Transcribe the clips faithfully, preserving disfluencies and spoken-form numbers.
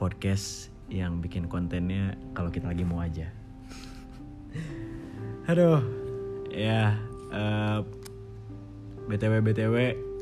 podcast yang bikin kontennya kalau kita lagi mau aja. Aduh, ya uh, btw btw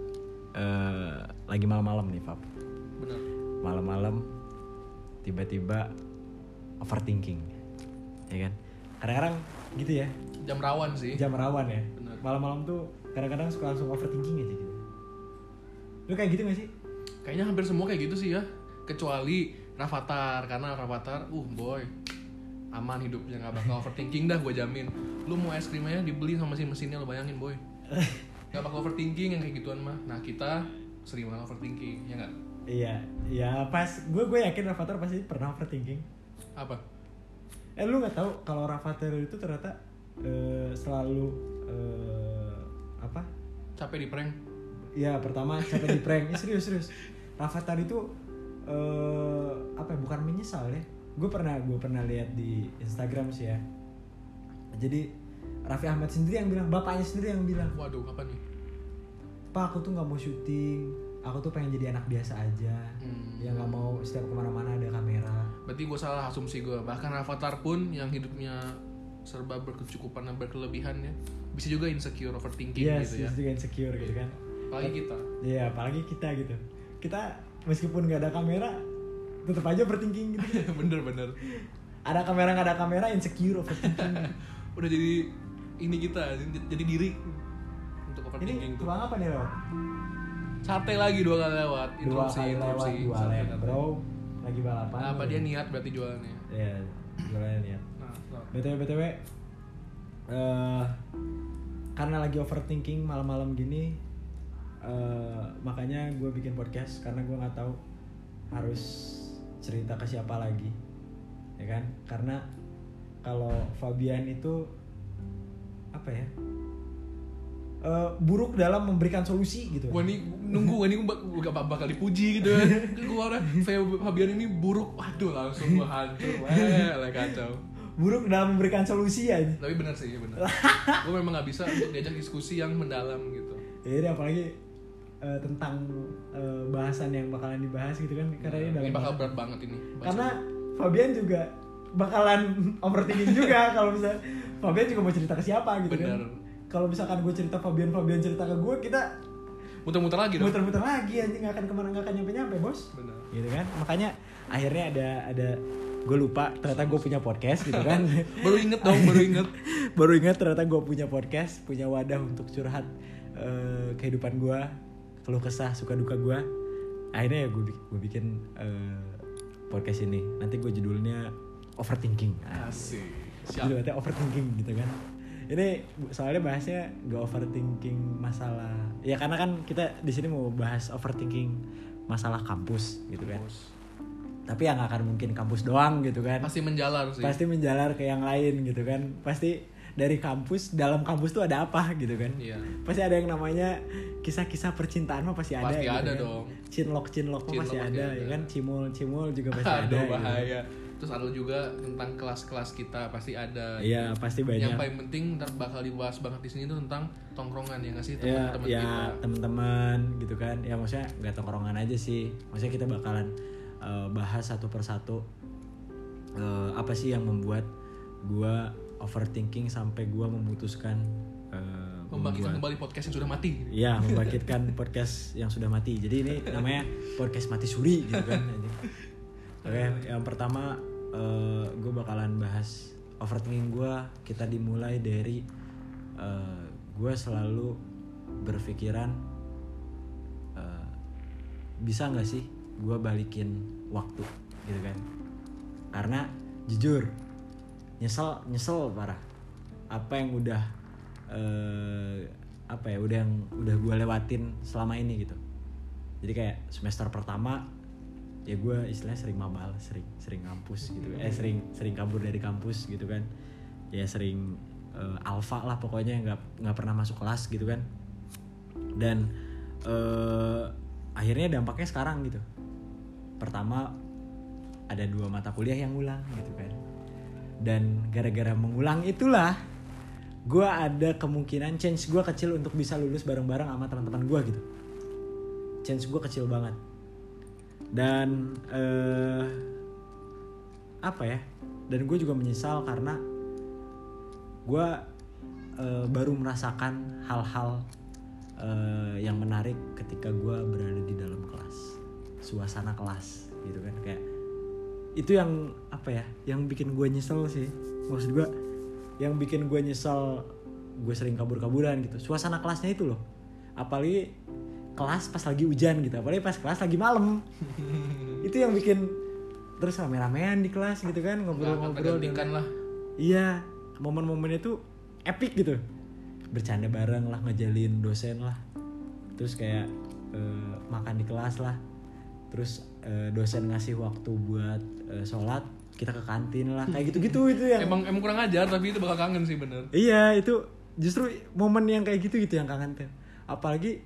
uh, lagi malam-malam nih, Fab. Benar. Malam-malam tiba-tiba overthinking, ya kan? Kadang-kadang gitu ya. Jam rawan sih. Jam rawan ya. Benar. Malam-malam tuh kadang-kadang suka langsung overthinking aja gitu. Lu kayak gitu gak sih? Kayaknya hampir semua kayak gitu sih ya. Kecuali Rafathar, karena Rafathar, uh boy, aman hidupnya, nggak bakal overthinking dah, gue jamin. Lu mau es krimnya dibeli sama si mesinnya, lu bayangin boy. Nggak bakal overthinking yang kayak gituan mah. Nah kita sering banget overthinking, ya nggak? Iya, ya pas gue gue yakin Rafathar pasti pernah overthinking. Apa? Eh lu nggak tahu kalau Rafathar itu ternyata uh, selalu uh, apa? Capek di prank? Iya, pertama capek di prank. Ya, serius serius. Rafathar itu uh, apa? Ya, bukan menyesal ya. Gue pernah gue pernah lihat di Instagram sih ya. Jadi Raffi Ahmad sendiri yang bilang, bapaknya sendiri yang bilang. Waduh, kapan nih? Pak, aku tuh nggak mau syuting. Aku tuh pengen jadi anak biasa aja, hmm. yang nggak mau setiap kemana-mana ada kamera. Berarti gue salah asumsi gue. Bahkan Rafathar pun yang hidupnya serba berkecukupan dan berkelebihan ya, bisa juga insecure, overthinking yes, gitu ya. Yes, juga insecure gitu kan. Apalagi kita. Iya, apalagi kita gitu. Kita meskipun nggak ada kamera, tetap aja overthinking gitu. Bener-bener. Ada kamera nggak ada kamera, insecure, overthinking. Udah jadi ini kita, jadi diri untuk overthinking. Ini tuang apa nih lo? Sate lagi dua kali lewat, dua kali lewat, dua lewat, bro. Lagi balapan. Nah, apa dia niat berarti jualannya? Iya, jualannya niat. Nah, nah. btw btw, uh, karena lagi overthinking malam-malam gini, uh, makanya gue bikin podcast karena gue nggak tahu harus cerita ke siapa lagi, ya kan? Karena kalau Fabian itu apa ya? Uh, buruk dalam memberikan solusi gitu. Gua nih nunggu, gua nih gak bakal dipuji gitu kan. Gua udah Fabian ini buruk, waduh langsung gua hancur, wah kacau. Buruk dalam memberikan solusi ya. Tapi benar sih, benar. Gua memang nggak bisa untuk diajak diskusi yang mendalam gitu. Jadi apalagi uh, tentang uh, bahasan yang bakalan dibahas gitu kan, karena ini nah, dalam ini bakal banget. berat banget ini. Karena Fabian juga bakalan overthinking juga kalau misalnya Fabian juga mau cerita ke siapa gitu. Bener. Kan. Kalau misalkan gue cerita Fabian, Fabian cerita ke gue, kita muter-muter lagi dong. Muter-muter lagi, anjing nggak akan kemana, nggak akan nyampe-nyampe bos. Benar. Gitu kan, makanya akhirnya ada ada gue lupa ternyata gue punya podcast gitu kan. baru inget dong, baru inget. baru inget ternyata gue punya podcast, punya wadah untuk curhat uh, kehidupan gue, keluh kesah, suka duka gue. Akhirnya ya gue gue bikin uh, podcast ini. Nanti gue judulnya Overthinking. Asik. Siap. Judulnya overthinking gitu kan. Ini soalnya bahasnya gak overthinking masalah. Ya karena kan kita di sini mau bahas overthinking masalah kampus gitu kan. Kampus. Tapi ya gak akan mungkin kampus doang gitu kan. Pasti menjalar sih. Pasti menjalar ke yang lain gitu kan. Pasti dari kampus, dalam kampus tuh ada apa gitu kan. Iya. Pasti ada yang namanya kisah-kisah percintaan mah pasti ada. Pasti gitu ada kan. dong. Cinlok-cinlok mah pasti ada, ada ya kan. Cimul-cimul juga pasti Aduh, ada. bahaya. Gitu. Terus ada juga tentang kelas-kelas kita pasti ada. Iya, gitu. Pasti banyak. Yang paling penting ntar bakal dibahas banget di sini tuh tentang tongkrongan ya nggak sih ya, teman-teman ya, kita. teman-teman gitu kan. Ya maksudnya nggak tongkrongan aja sih. Maksudnya kita bakalan uh, bahas satu persatu uh, apa sih yang membuat gua overthinking sampai gua memutuskan uh, membangkitkan kembali podcast yang sudah mati. Iya, membangkitkan podcast yang sudah mati. Jadi ini namanya podcast mati suri gitu kan. Oke, okay, yang pertama uh, gue bakalan bahas overthinking gue. Kita dimulai dari uh, gue selalu berpikiran uh, bisa nggak sih gue balikin waktu, gitu kan? Karena jujur nyesel nyesel parah. Apa yang udah uh, apa ya udah yang udah gue lewatin selama ini gitu. Jadi kayak semester pertama ya gue istilahnya sering mabal, sering sering kampus gitu, eh sering sering kabur dari kampus gitu kan, ya sering uh, alfa lah pokoknya, nggak nggak pernah masuk kelas gitu kan, dan uh, akhirnya dampaknya sekarang gitu. Pertama ada dua mata kuliah yang ngulang gitu kan, dan gara-gara mengulang itulah gue ada kemungkinan chance gue kecil untuk bisa lulus bareng-bareng sama teman-teman gue gitu, chance gue kecil banget. Dan uh, apa ya? Dan gue juga menyesal karena gue uh, baru merasakan hal-hal uh, yang menarik ketika gue berada di dalam kelas, suasana kelas gitu kan. Kayak itu yang apa ya? Yang bikin gue nyesel sih. Maksud gue, yang bikin gue nyesel, gue sering kabur-kaburan gitu. Suasana kelasnya itu loh. Apalagi kelas pas lagi hujan gitu, apalagi pas kelas lagi malam. Itu yang bikin terus rame-ramean di kelas gitu kan, ngobrol-ngobrol dan lah. Iya, momen-momennya tuh epic gitu. Bercanda bareng lah, ngejalin dosen lah. Terus kayak uh, makan di kelas lah. Terus uh, dosen ngasih waktu buat uh, sholat, kita ke kantin lah. Kayak gitu-gitu itu yang Emang emang kurang ajar, tapi itu bakal kangen sih bener. Iya, itu justru momen yang kayak gitu gitu yang kangen tuh. Apalagi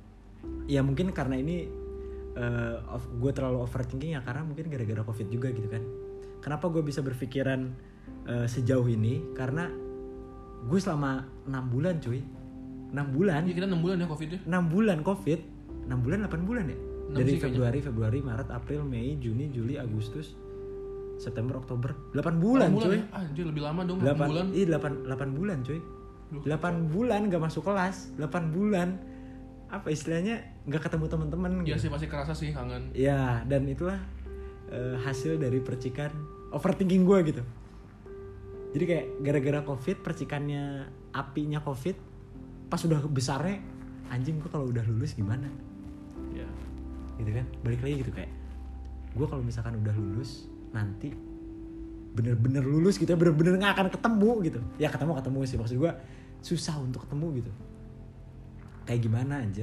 ya mungkin karena ini uh, gue terlalu overthinking ya, karena mungkin gara-gara covid juga gitu kan. Kenapa gue bisa berpikiran uh, sejauh ini? Karena gue selama enam bulan cuy, enam bulan. Iya, kita enam bulan ya covid ya. enam bulan covid, enam bulan delapan bulan ya. Dari sih, Februari, kayaknya. Februari, Maret, April, Mei, Juni, Juli, Agustus, September, Oktober, delapan bulan, bulan cuy. Ya? Anjir, lebih lama dong, delapan bulan. Iya, delapan, delapan bulan cuy. delapan bulan gak masuk kelas, delapan bulan apa istilahnya gak ketemu teman-teman Iya gitu. sih, pasti kerasa sih kangen. Ya, dan itulah uh, hasil dari percikan overthinking gue gitu. Jadi kayak gara-gara covid, percikannya, apinya covid, pas udah besarnya, anjing gue kalau udah lulus gimana ya gitu kan. Balik lagi gitu kayak gue kalau misalkan udah lulus nanti bener-bener lulus gitu ya, bener-bener gak akan ketemu gitu. Ya ketemu ketemu sih, maksud gue susah untuk ketemu gitu. Kayak gimana anjir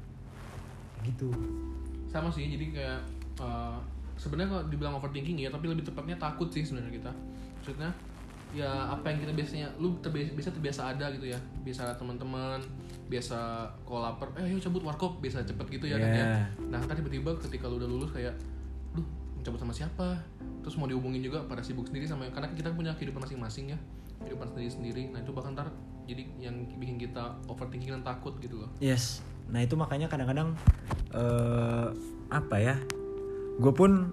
gitu. Sama sih, jadi kayak uh, sebenarnya kalau dibilang overthinking ya, tapi lebih tepatnya takut sih sebenarnya kita. Maksudnya ya apa yang kita biasanya, lu terbiasa, biasa terbiasa ada gitu ya, biasa ada teman-teman, biasa kalau lapar, eh ayo cabut warkop, biasa cepet gitu ya, yeah. kan ya. Nah ntar tiba-tiba ketika lu udah lulus kayak, lu cabut sama siapa? Terus mau dihubungin juga pada sibuk sendiri sama, karena kita punya kehidupan masing-masing ya, kehidupan sendiri-sendiri. Nah itu bahkan ntar jadi yang bikin kita overthinking dan takut gitu loh. Yes. Nah itu makanya kadang-kadang uh, apa ya, gue pun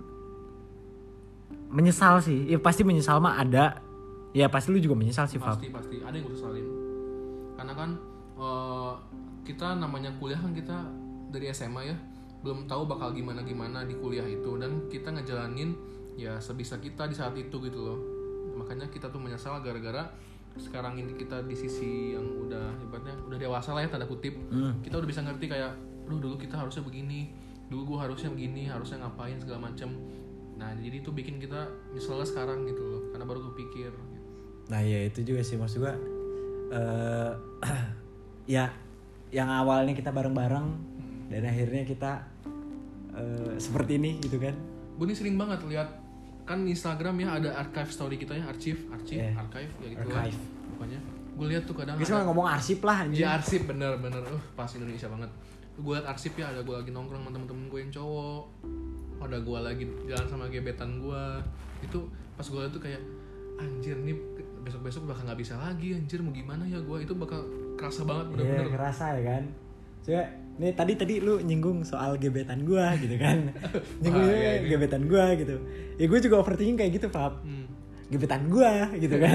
menyesal sih. Ya pasti menyesal mah ada. Ya pasti lu juga menyesal sih, Fab. Pasti pasti ada yang gue sesalin. Karena kan uh, kita namanya kuliah kan, kita dari S M A ya, belum tahu bakal gimana gimana di kuliah itu, dan kita ngejalanin ya sebisa kita di saat itu gitu loh. Makanya kita tuh menyesal gara-gara sekarang ini kita di sisi yang udah ibaratnya udah dewasa lah ya, tanda kutip. Mm. Kita udah bisa ngerti kayak, duh dulu kita harusnya begini, dulu gue harusnya begini, harusnya ngapain segala macam. Nah jadi itu bikin kita nyesel sekarang gitu loh, karena baru kepikir. Nah ya itu juga sih, maksud gue uh, ya yang awalnya kita bareng-bareng hmm. dan akhirnya kita uh, seperti ini gitu kan. Gue nih sering banget lihat kan Instagram ya, ada archive story kita ya, archive, archive, yeah. archive ya gitu archive. Lah pokoknya. Gue lihat tuh kadang kita ngomong arsip lah anjir. Iya arsip, bener-bener uh pas Indonesia banget. Gue liat arsip ya, ada gue lagi nongkrong sama temen-temen gue yang cowok, ada gue lagi jalan sama gebetan gue. Itu pas gue liat tuh kayak, anjir nih besok-besok bakal nggak bisa lagi, anjir mau gimana ya gue. Itu bakal kerasa banget bener-bener. Iya kerasa ya kan. Coba nih tadi tadi lu nyinggung soal gebetan gue gitu kan. Nyinggung ah, iya, iya. gebetan gue gitu. Ya gue juga overthinking kayak gitu, Pap. Hmm. Gebetan gue gitu kan.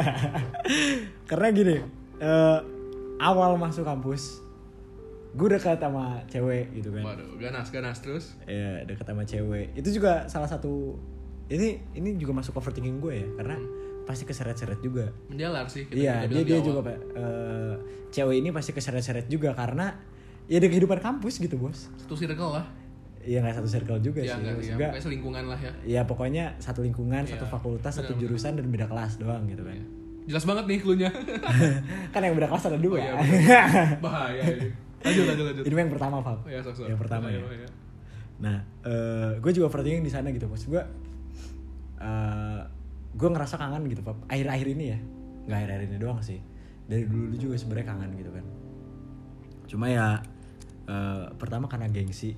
Karena gini, uh, awal masuk kampus gue dekat sama cewek gitu kan. Waduh, ganas ganas terus. Iya, dekat sama cewek. Itu juga salah satu, ini ini juga masuk overthinking gue ya, karena hmm. pasti keseret-seret juga. Menjalar sih. Iya, dia dia juga uh, cewek ini pasti keseret-seret juga karena ya di kehidupan kampus gitu, Bos. Satu circle lah. Iya, nggak satu circle juga ya, sih. Enggak, ya, pokoknya selingkungan lah ya. Iya, pokoknya satu lingkungan, ya, satu fakultas, bener, satu jurusan bener. Dan beda kelas doang gitu kan. Ya. Jelas banget nih cluenya. Kan yang beda kelas ada dua. Oh, iya, bahaya ini. Lanjut, lanjut, lanjut. Ini yang pertama, Fab. Oh, ya, sok, sok. Yang pertama ya. Oh, ya. Nah, uh, gue juga overthinking di sana gitu, Bos. Gue uh, gue ngerasa kangen gitu, Fab. Akhir-akhir ini ya. Nggak akhir-akhir ini doang sih. Dari dulu juga sebenarnya kangen gitu kan. Cuma ya uh, pertama karena gengsi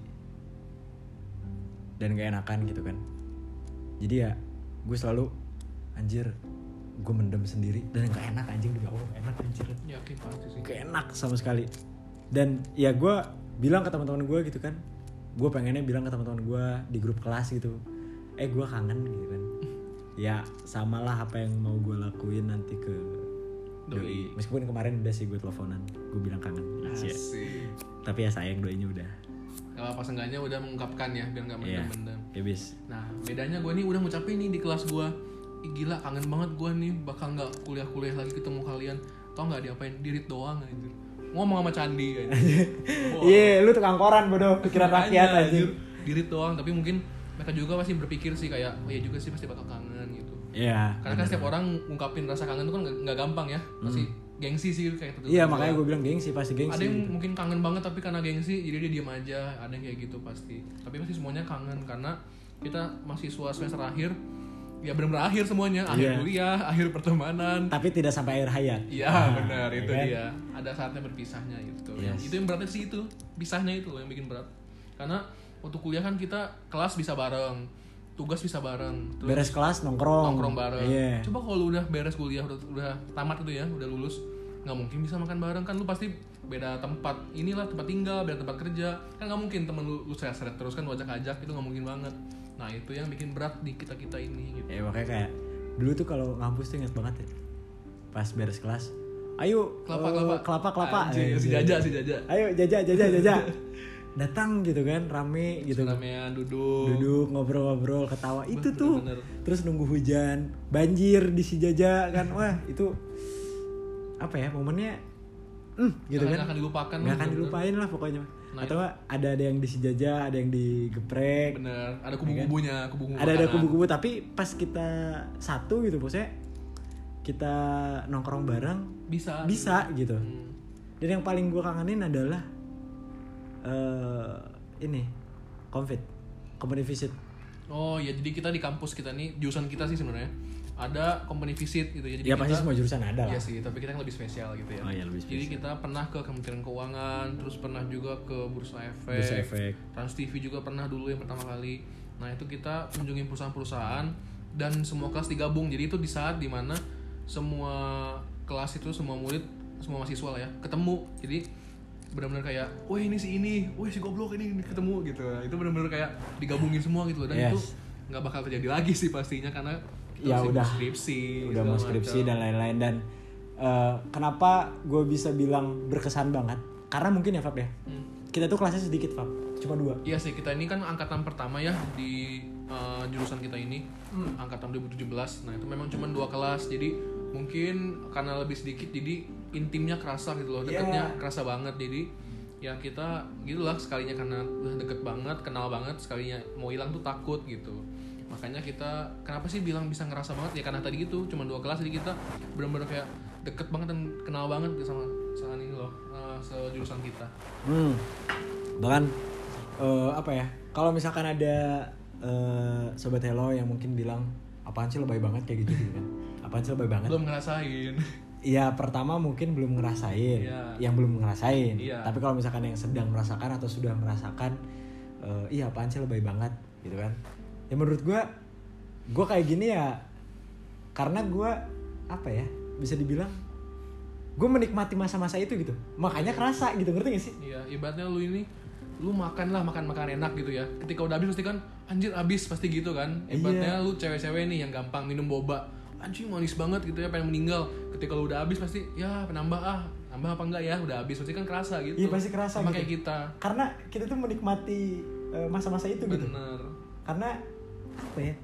dan gak enakan gitu kan. Jadi ya gue selalu anjir, gue mendem sendiri dan gak enak anjing, demi Allah gak enak anjir. Yakin pasti sih. Gak enak sama sekali. Dan ya gue bilang ke teman-teman gue gitu kan, gue pengennya bilang ke teman-teman gue di grup kelas gitu, eh gue kangen gitu kan. Ya samalah apa yang mau gue lakuin nanti ke doi. doi. Meskipun kemarin udah sih gue teleponan, gue bilang kangen. Asik. Tapi ya sayang doinya udah. Kalau pas enggaknya udah mengungkapkan ya biar nggak mendem-mendem. Ya bis. Nah bedanya gue nih udah ngucapin nih di kelas gue, ih gila kangen banget gue nih, bakal nggak kuliah-kuliah lagi ketemu kalian. Tau nggak diapain? Dirit doang anjir. Ngomong sama Candi anjir. Iya, lu tukang koran bodoh, pikiran rakyat anjir. Dirit doang, tapi mungkin mereka juga pasti berpikir sih kayak, oh iya juga sih pasti bakal kangen gitu. Iya. Karena kan setiap orang ngungkapin rasa kangen itu kan nggak gampang ya, pasti hmm. gengsi sih kayak gitu. Iya makanya gue bilang gengsi, pasti gengsi. Ada yang gitu. mungkin kangen banget tapi karena gengsi jadi dia diam aja, ada yang kayak gitu pasti. Tapi pasti semuanya kangen karena kita mahasiswa semester akhir, ya benar-benar akhir semuanya, akhir yeah. kuliah, akhir pertemanan. Tapi tidak sampai akhir hayat. Iya nah, benar itu kan? Dia. Ada saatnya berpisahnya gitu. Yes. Itu yang beratnya sih itu, pisahnya itu loh yang bikin berat. Karena waktu kuliah kan kita kelas bisa bareng, tugas bisa bareng, terus beres kelas nongkrong nongkrong bareng. Yeah. Coba kalau udah beres kuliah udah, udah tamat itu ya, udah lulus, nggak mungkin bisa makan bareng kan, lu pasti beda tempat inilah, tempat tinggal, beda tempat kerja kan, nggak mungkin temen lu lu seret-seret terus kan, lu ajak-ajak, itu nggak mungkin banget. Nah itu yang bikin berat di kita kita ini gitu. Ya makanya kayak dulu tuh kalau ngampus tuh inget banget ya, pas beres kelas, ayo kelapa uh, kelapa kelapa kelapa Anjir, si jaja si jaja ayo jaja jaja jaja datang gitu kan, rame gitu, ramean duduk duduk ngobrol-ngobrol ketawa itu bener, tuh bener. Terus nunggu hujan banjir di si jaja kan, wah itu apa ya momennya, mm, gitu gak, kan gak akan dilupakan, nggak akan dilupain lah pokoknya. Nah, atau itu. ada ada yang di si jaja, ada yang digeprek, bener, ada kubu-kubunya, kubu-kubu ada ada kubu-kubu, tapi pas kita satu gitu maksudnya kita nongkrong bareng bisa bisa gitu. Hmm. Dan yang paling gue kangenin adalah uh, ini Konfit, company visit. Oh ya, jadi kita di kampus kita nih, jurusan kita sih sebenarnya ada company visit gitu ya. Jadi ya kita, pasti semua jurusan ada lah. Iya sih, tapi kita yang lebih spesial gitu ya. Oh iya, lebih spesial. Jadi kita pernah ke Kementerian Keuangan, terus pernah juga ke Bursa Efek, Bursa Efek. Trans T V juga pernah dulu yang pertama kali. Nah itu kita kunjungi perusahaan-perusahaan dan semua kelas digabung. Jadi itu di saat dimana semua kelas itu, semua murid, semua mahasiswa lah ya ketemu. Jadi benar-benar kayak, wah ini si ini, wah si goblok ini, ini ketemu gitu. Itu benar-benar kayak digabungin semua gitu. Dan yes. itu nggak bakal terjadi lagi sih pastinya, karena ya udah skripsi, udah mau skripsi dan lain-lain. Dan uh, kenapa gue bisa bilang berkesan banget? Karena mungkin ya Fab ya, hmm. kita tuh kelasnya sedikit Fab, cuma dua. Iya sih, kita ini kan angkatan pertama ya di uh, jurusan kita ini, hmm. angkatan dua ribu tujuh belas. Nah itu memang cuma dua kelas, jadi mungkin karena lebih sedikit, jadi intimnya kerasa gitu loh, deketnya yeah. kerasa banget. Jadi ya kita gitulah, sekalinya karena udah deket banget, kenal banget, sekalinya mau hilang tuh takut gitu. Makanya kita kenapa sih bilang bisa ngerasa banget ya, karena tadi gitu cuma dua kelas, jadi kita benar-benar kayak deket banget dan kenal banget sama sama ini loh, uh, sejurusan kita. Hmm. Bahkan uh, apa ya, kalau misalkan ada uh, sobat Hello yang mungkin bilang apaan sih lebay banget kayak gitu gitu kan, apaan sih lebay banget, belum ngerasain. Iya, pertama mungkin belum ngerasain, yeah. yang belum ngerasain. Yeah. Tapi kalau misalkan yang sedang merasakan atau sudah merasakan, uh, iya apaan sih lebay banget gitu kan. Ya menurut gue, gue kayak gini ya karena gue apa ya, bisa dibilang gue menikmati masa-masa itu gitu, makanya kerasa gitu, ngerti gak sih? Iya, ibaratnya lu ini, lu makan lah, makan-makan enak gitu ya, ketika udah habis pasti kan, anjir habis pasti gitu kan. Ibaratnya iya. lu cewek-cewek nih yang gampang minum boba, anjing manis banget gitu ya, pengen meninggal, ketika lu udah habis pasti, ya penambah ah, nambah apa enggak ya, udah habis pasti kan kerasa gitu. Iya pasti kerasa. Sama gitu. Kayak kita, karena kita tuh menikmati uh, masa-masa itu. Bener. Gitu. Karena apa ya,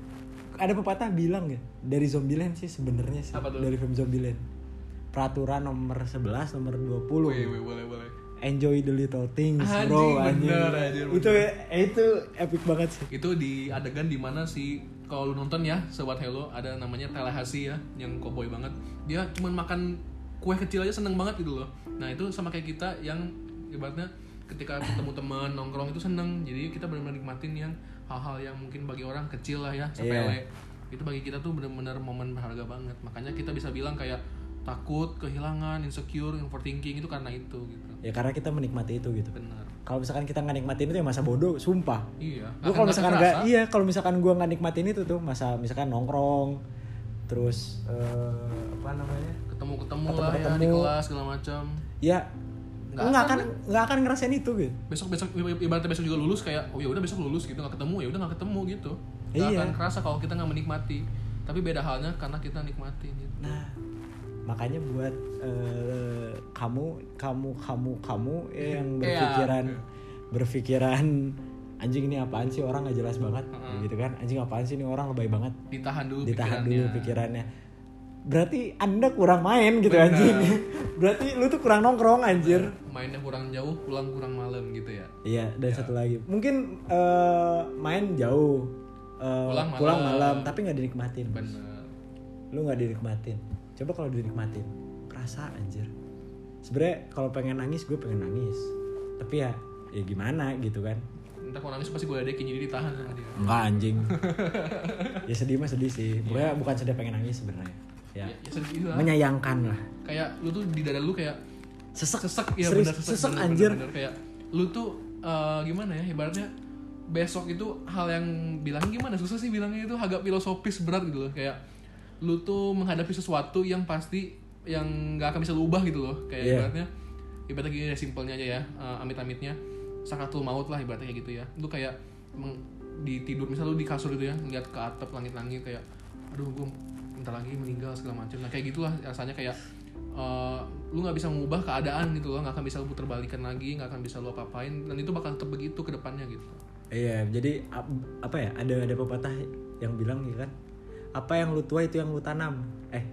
ada pepatah bilang ya, dari Zombieland sih sebenarnya sih, dari film Zombieland, peraturan nomor sebelas, nomor dua puluh. Wih, wih, boleh, boleh. Enjoy the little things, anjing, bro. Anjing, bener, anjing. Itu itu epic banget sih. Itu di adegan dimana si, kalau lu nonton ya sobat Hello, ada namanya Tallahassee ya, yang cowboy banget. Dia cuma makan kue kecil aja seneng banget gitu loh. Nah itu sama kayak kita yang ibaratnya ketika ketemu teman nongkrong itu seneng. Jadi kita benar-benar nikmatin yang hal-hal yang mungkin bagi orang kecil lah ya, sepele. Yeah. Itu bagi kita tuh benar-benar momen berharga banget. Makanya kita bisa bilang kayak takut, kehilangan, insecure, overthinking itu karena itu gitu. Ya karena kita menikmati itu gitu. Benar. Kalau misalkan kita nggak nikmatin itu ya masa bodoh, sumpah. Iya. Gue kalau misalkan nggak, iya kalau misalkan gue nggak nikmatin itu tuh masa misalkan nongkrong, terus uh, apa namanya? Ketemu-ketemu lah ketemu, ya di kelas segala macam. Ya nggak nggak akan nggak akan ngerasain itu gitu. Besok besok ibaratnya besok juga lulus kayak oh ya udah besok lulus gitu nggak ketemu ya udah nggak ketemu gitu. Nggak Iya. akan kerasa kalau kita nggak menikmati. Tapi beda halnya karena kita nikmatin gitu. Nah, makanya buat uh, kamu kamu kamu kamu yang berpikiran Iya. berpikiran anjing ini apaan sih orang nggak jelas banget Uh-uh. gitu kan, anjing apaan sih ini orang lebay banget, Ditahan dulu ditahan pikirannya. dulu pikirannya. Berarti anda kurang main gitu. Benar. Anjing. Berarti lu tuh kurang nongkrong anjir. Mainnya kurang jauh, pulang kurang malam gitu ya. Iya, dan Ya. satu lagi mungkin uh, main jauh, uh, Pulang malam. pulang malam tapi nggak dinikmatin. Bener. Lu nggak dinikmatin. Coba kalau dinikmatin, kerasa anjir. Sebenarnya kalau pengen nangis gue pengen nangis, tapi ya ya gimana gitu kan. Entah kalau nangis pasti gue ledekin jadi ditahan sama dia. Enggak anjing. Ya sedih mah sedih sih. Pokoknya bukan sedih pengen nangis sebenarnya. Ya. Ya, ya sedih lah. Menyayangkan lah. Kayak lu tuh di dada lu kayak Sesek. sesek ya Serius, benar sesek, sesek bener, anjir. bener, bener. Kayak lu tuh uh, gimana ya ibaratnya besok itu hal yang bilang gimana susah sih bilangnya itu agak filosofis berat gitu loh. Kayak lu tuh menghadapi sesuatu yang pasti yang nggak akan bisa lu ubah gitu loh. Kayak Yeah. ibaratnya ibaratnya gini ya simpelnya aja ya uh, amit-amitnya sakatul maut lah ibaratnya kayak gitu ya. Lu kayak meng, di tidur misal lu di kasur gitu ya ngeliat ke atap langit-langit kayak aduh gue bentar lagi meninggal segala macam. Nah kayak gitulah rasanya kayak uh, lu nggak bisa mengubah keadaan gitu loh, nggak akan bisa lu puter balikan lagi, nggak akan bisa lu apa-apain dan itu bakal tetap begitu ke depannya gitu. Iya, jadi ap- apa ya? Ada ada pepatah yang bilang gitu kan. Apa yang lu tuai itu yang lu tanam. Eh.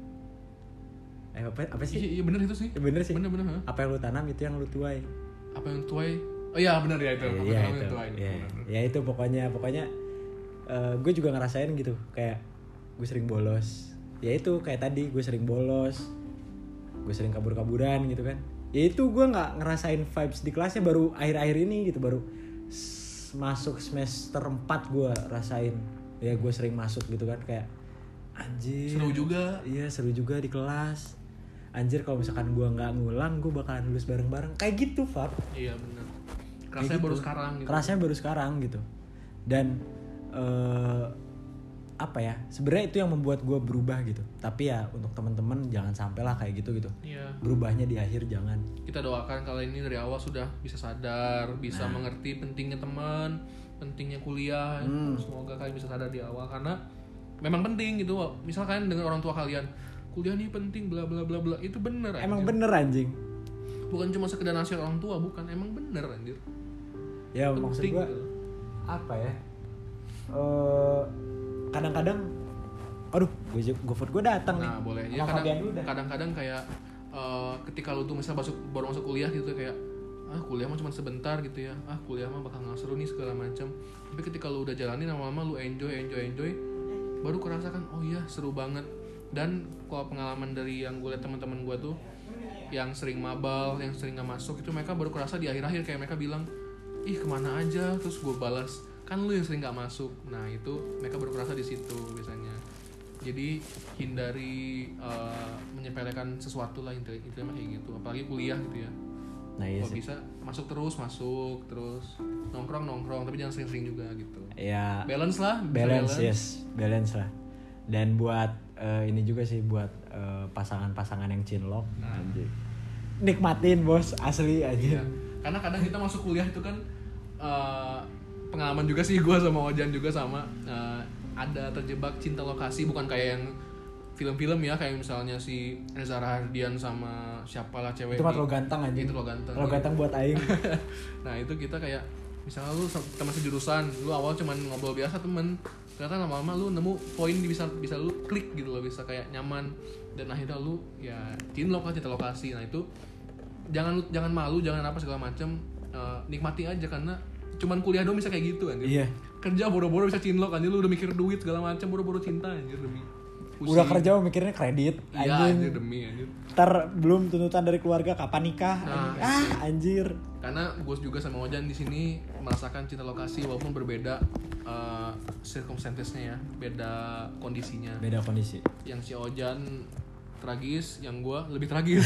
Eh apa apa sih? Iya, iya bener itu sih. Ya, bener sih. Bener bener. Ha? Apa yang lu tanam itu yang lu tuai. Apa yang tuai? Oh iya bener ya itu. Apa Iya yang itu. tuai? Iya, Bener, bener. ya itu pokoknya pokoknya uh, gue juga ngerasain gitu kayak gue sering bolos. Ya itu kayak tadi gue sering bolos. Gue sering kabur-kaburan gitu kan. Ya itu gue nggak ngerasain vibes di kelasnya baru akhir-akhir ini gitu, baru s- masuk semester empat gue rasain. Ya gue sering masuk gitu kan kayak anjir. Seru juga. Iya seru juga di kelas. Anjir kalau misalkan gue nggak ngulang gue bakalan lulus bareng-bareng kayak gitu Fab. Iya bener. Kayak Kerasanya gitu. baru sekarang gitu. Kerasanya baru sekarang gitu. Dan uh, apa ya? Sebenarnya itu yang membuat gue berubah gitu. Tapi ya untuk teman-teman jangan sampai lah kayak gitu gitu. Iya. Berubahnya di akhir jangan. Kita doakan kalau ini dari awal sudah bisa sadar, bisa Nah. mengerti pentingnya teman, pentingnya kuliah. Hmm. Semoga kalian bisa sadar di awal karena memang penting gitu. Misalkan dengan orang tua kalian, kuliah nih penting bla bla bla bla, itu bener anjir. Emang bener anjing. Bukan cuma sekedar nasihat orang tua, bukan, emang bener anjir. Ya maksud Penting gue gitu. apa ya? Eh, kadang-kadang, aduh, gue GoFood gue datang nih. Nah boleh. Sama Ya kadang, Fabian dulu dah. kadang-kadang kayak eh, ketika lu tuh misal masuk baru masuk kuliah gitu kayak ah kuliah mah cuma sebentar gitu ya, ah kuliah mah bakal nggak seru nih segala macam. Tapi ketika lu udah jalanin lama-lama lu enjoy enjoy enjoy, baru kerasakan oh iya seru banget. Dan kalau pengalaman dari yang gue liat teman-teman gue tuh yang sering mabal, yang sering nggak masuk itu mereka baru kerasa di akhir-akhir kayak mereka bilang ih kemana aja, terus gue balas kan lu yang sering nggak masuk. Nah itu mereka baru kerasa di situ biasanya. Jadi hindari uh, menyepelekan sesuatu lah intinya intinya kayak gitu, apalagi kuliah gitu ya. Nah iya Kalau sih. bisa masuk terus masuk terus nongkrong nongkrong tapi jangan sering-sering juga gitu. Ya Balance lah, bisa balance, yes, balance lah. Dan buat eh, ini juga sih buat eh, pasangan-pasangan yang cinlok, Nah. anjing. Nikmatin bos, asli aja. Iya. Karena kadang kita masuk kuliah itu kan uh, pengalaman juga sih gue sama Ojan juga sama uh, ada terjebak cinta lokasi, bukan kayak yang film-film ya kayak misalnya si Reza Rahardian sama siapalah cewek Itu mah di- lo ganteng aja. Itu lo ganteng. Lo ganteng buat aing. Nah itu kita kayak misalnya lu sama teman sejurusan, lu awal cuman ngobrol biasa temen, ternyata lama-lama lu nemu poin di bisa bisa lu klik gitu loh, bisa kayak nyaman dan akhirnya lu ya cinlok aja cinta lokasi. Nah itu jangan jangan malu, jangan apa segala macem, uh, nikmati aja karena cuman kuliah doang bisa kayak gitu anjir. Iya. Kerja boro-boro bisa cinlok anjir, lu udah mikir duit segala macem, boro-boro cinta anjir demi pusing. Udah kerja mikirnya kredit, Iya anjir anjing. demi anjir. Ntar belum tuntutan dari keluarga kapan nikah. Nah, anjing. Ah, anjir. Karena gue juga sama Ojan di sini merasakan cinta lokasi walaupun berbeda uh, circumstances-nya ya, beda kondisinya. Beda kondisi. Yang si Ojan tragis, yang gue lebih tragis.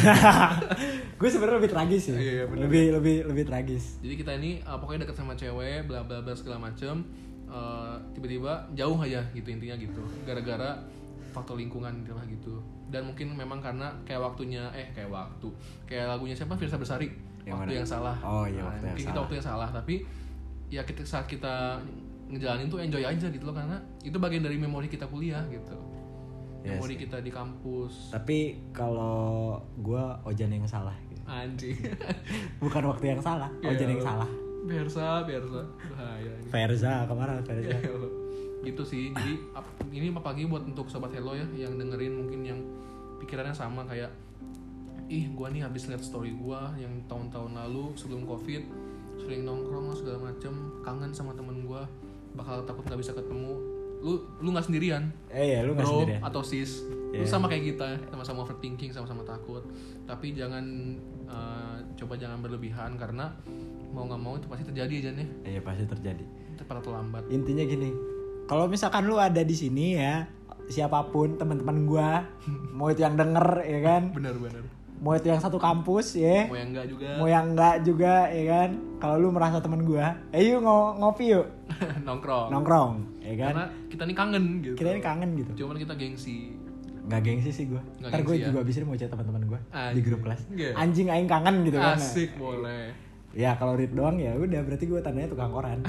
Gue sebenarnya lebih tragis sih. Iya, iya, bener. lebih lebih lebih tragis. Jadi kita ini uh, pokoknya deket sama cewek, bla bla bla segala macem. Uh, tiba-tiba jauh aja gitu intinya gitu. Gara-gara faktor lingkungan gitu lah gitu. Dan mungkin memang karena kayak waktunya eh kayak waktu kayak lagunya siapa Firsa Besari yang waktu mana? Yang salah. Oh iya nah, waktu mungkin yang kita salah. waktu yang salah tapi ya kita saat kita ngejalanin tuh enjoy aja gitu loh karena itu bagian dari memori kita kuliah gitu. Yes. Memori kita di kampus. Tapi kalau gue Ojan yang salah gitu. Anjing. Bukan waktu yang salah, Ojan yang salah. Bersa, Bersa. Bahaya ini. Verza, kemana Verza? Gitu sih. Jadi ini apalagi buat untuk sobat Hello ya yang dengerin mungkin yang pikirannya sama kayak ih gue nih habis lihat story gue yang tahun-tahun lalu sebelum covid sering nongkrong segala macem, kangen sama temen gue, bakal takut nggak bisa ketemu. Lu lu nggak sendirian, eh ya lu nggak sendirian atau sis, yeah. Lu sama kayak kita, sama-sama overthinking, sama-sama takut. Tapi jangan uh, coba jangan berlebihan karena mau nggak mau itu pasti terjadi aja nih. Iya pasti terjadi. Cepat atau lambat. Intinya gini, kalau misalkan lu ada di sini ya, siapapun teman-teman gua, mau itu yang denger ya kan, bener-bener. Mau itu yang satu kampus ya, mau yang enggak juga, mau yang enggak juga ya kan. Kalau lu merasa teman gua, eh yuk ng- ngopi yuk, nongkrong, nongkrong, ya kan. Karena kita nih kangen gitu. Kita nih kangen gitu. Cuman kita gengsi. Nggak gengsi sih gua. Nggak Ntar gue ya? juga abis ini mau chat teman-teman gua Anjing. di grup kelas. Yeah. Anjing aing kangen gitu kan. Asik boleh. Ya kalau read doang ya udah berarti gue tandanya tukang koran.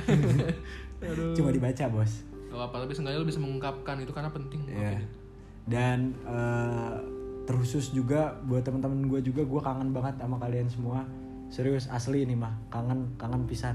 Cuma dibaca bos. Gak apa tapi seenggaknya lu bisa mengungkapkan itu karena penting. Yeah. Dan uh, terkhusus juga buat teman-teman gue juga, gue kangen banget sama kalian semua. Serius asli nih mah kangen kangen pisan.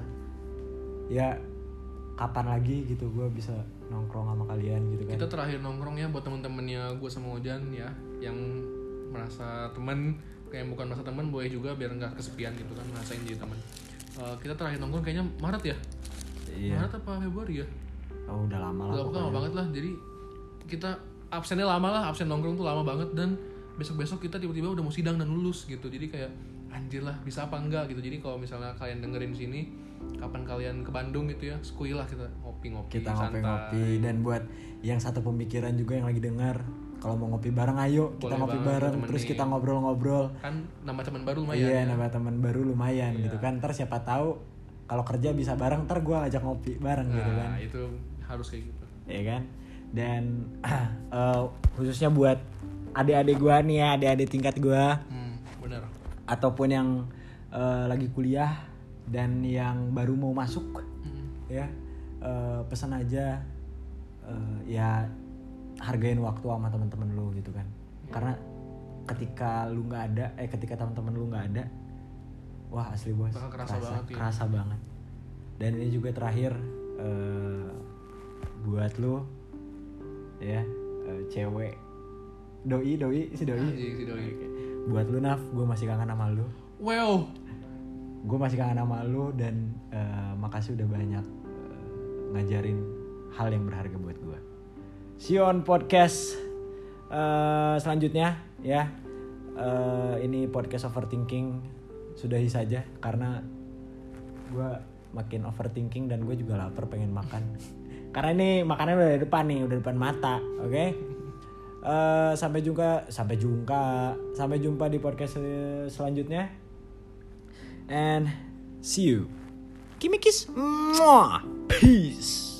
Ya kapan lagi gitu gue bisa nongkrong sama kalian gitu kan. Kita terakhir nongkrong ya buat temen-temennya gue sama Ojan ya, yang merasa teman kayak bukan merasa teman boleh juga biar nggak kesepian gitu kan, ngerasain jadi teman. Uh, kita terakhir nongkrong kayaknya Maret ya. Iya. Maret apa Februari ya? Oh udah lama lah. Udah lama banget lah. Jadi kita absennya lama lah, absen nongkrong tuh lama banget dan besok-besok kita tiba-tiba udah mau sidang dan lulus gitu. Jadi kayak anjir lah bisa apa enggak gitu. Jadi kalau misalnya kalian dengerin sini, kapan kalian ke Bandung gitu ya, skui lah kita ngopi-ngopi kita santai. ngopi-ngopi. Dan buat yang satu pemikiran juga yang lagi dengar, kalau mau ngopi bareng ayo kita boleh ngopi banget, bareng temenin. Terus kita ngobrol-ngobrol Kan nama teman baru lumayan. Iya ya. nama teman baru lumayan Iya. gitu kan. Ntar siapa tahu kalau kerja bisa bareng, ntar gue ngajak ngopi bareng nah, gitu kan. Nah itu harus kayak gitu. Iya kan. Dan uh, khususnya buat adik-adik gue nih ya, adik-adik tingkat gue, Hmm, benar. ataupun yang uh, lagi kuliah dan yang baru mau masuk, Hmm. ya uh, pesan aja uh, ya hargain waktu sama teman-teman lu gitu kan. Karena ketika lu nggak ada, eh ketika teman-teman lu nggak ada, wah asli bos, bakal kerasa kerasa, banget ya. kerasa banget. Dan ini juga terakhir uh, buat lu, ya uh, cewek, doi doi si doi. Anjing, si doi. Oke. Buat lu Naf, gue masih kangen sama lu. Wow. Gue masih kangen sama lu dan uh, makasih udah banyak uh, ngajarin hal yang berharga buat gue. See you on podcast uh, selanjutnya ya. Uh, ini podcast overthinking sudahi saja karena gue makin overthinking dan gue juga lapar pengen makan. Karena ini makanannya udah di depan nih, udah di depan mata, oke? Okay? Uh, sampai jumpa, sampai jumpa, sampai jumpa di podcast selanjutnya. And see you. Give me kiss. Mwah. Peace.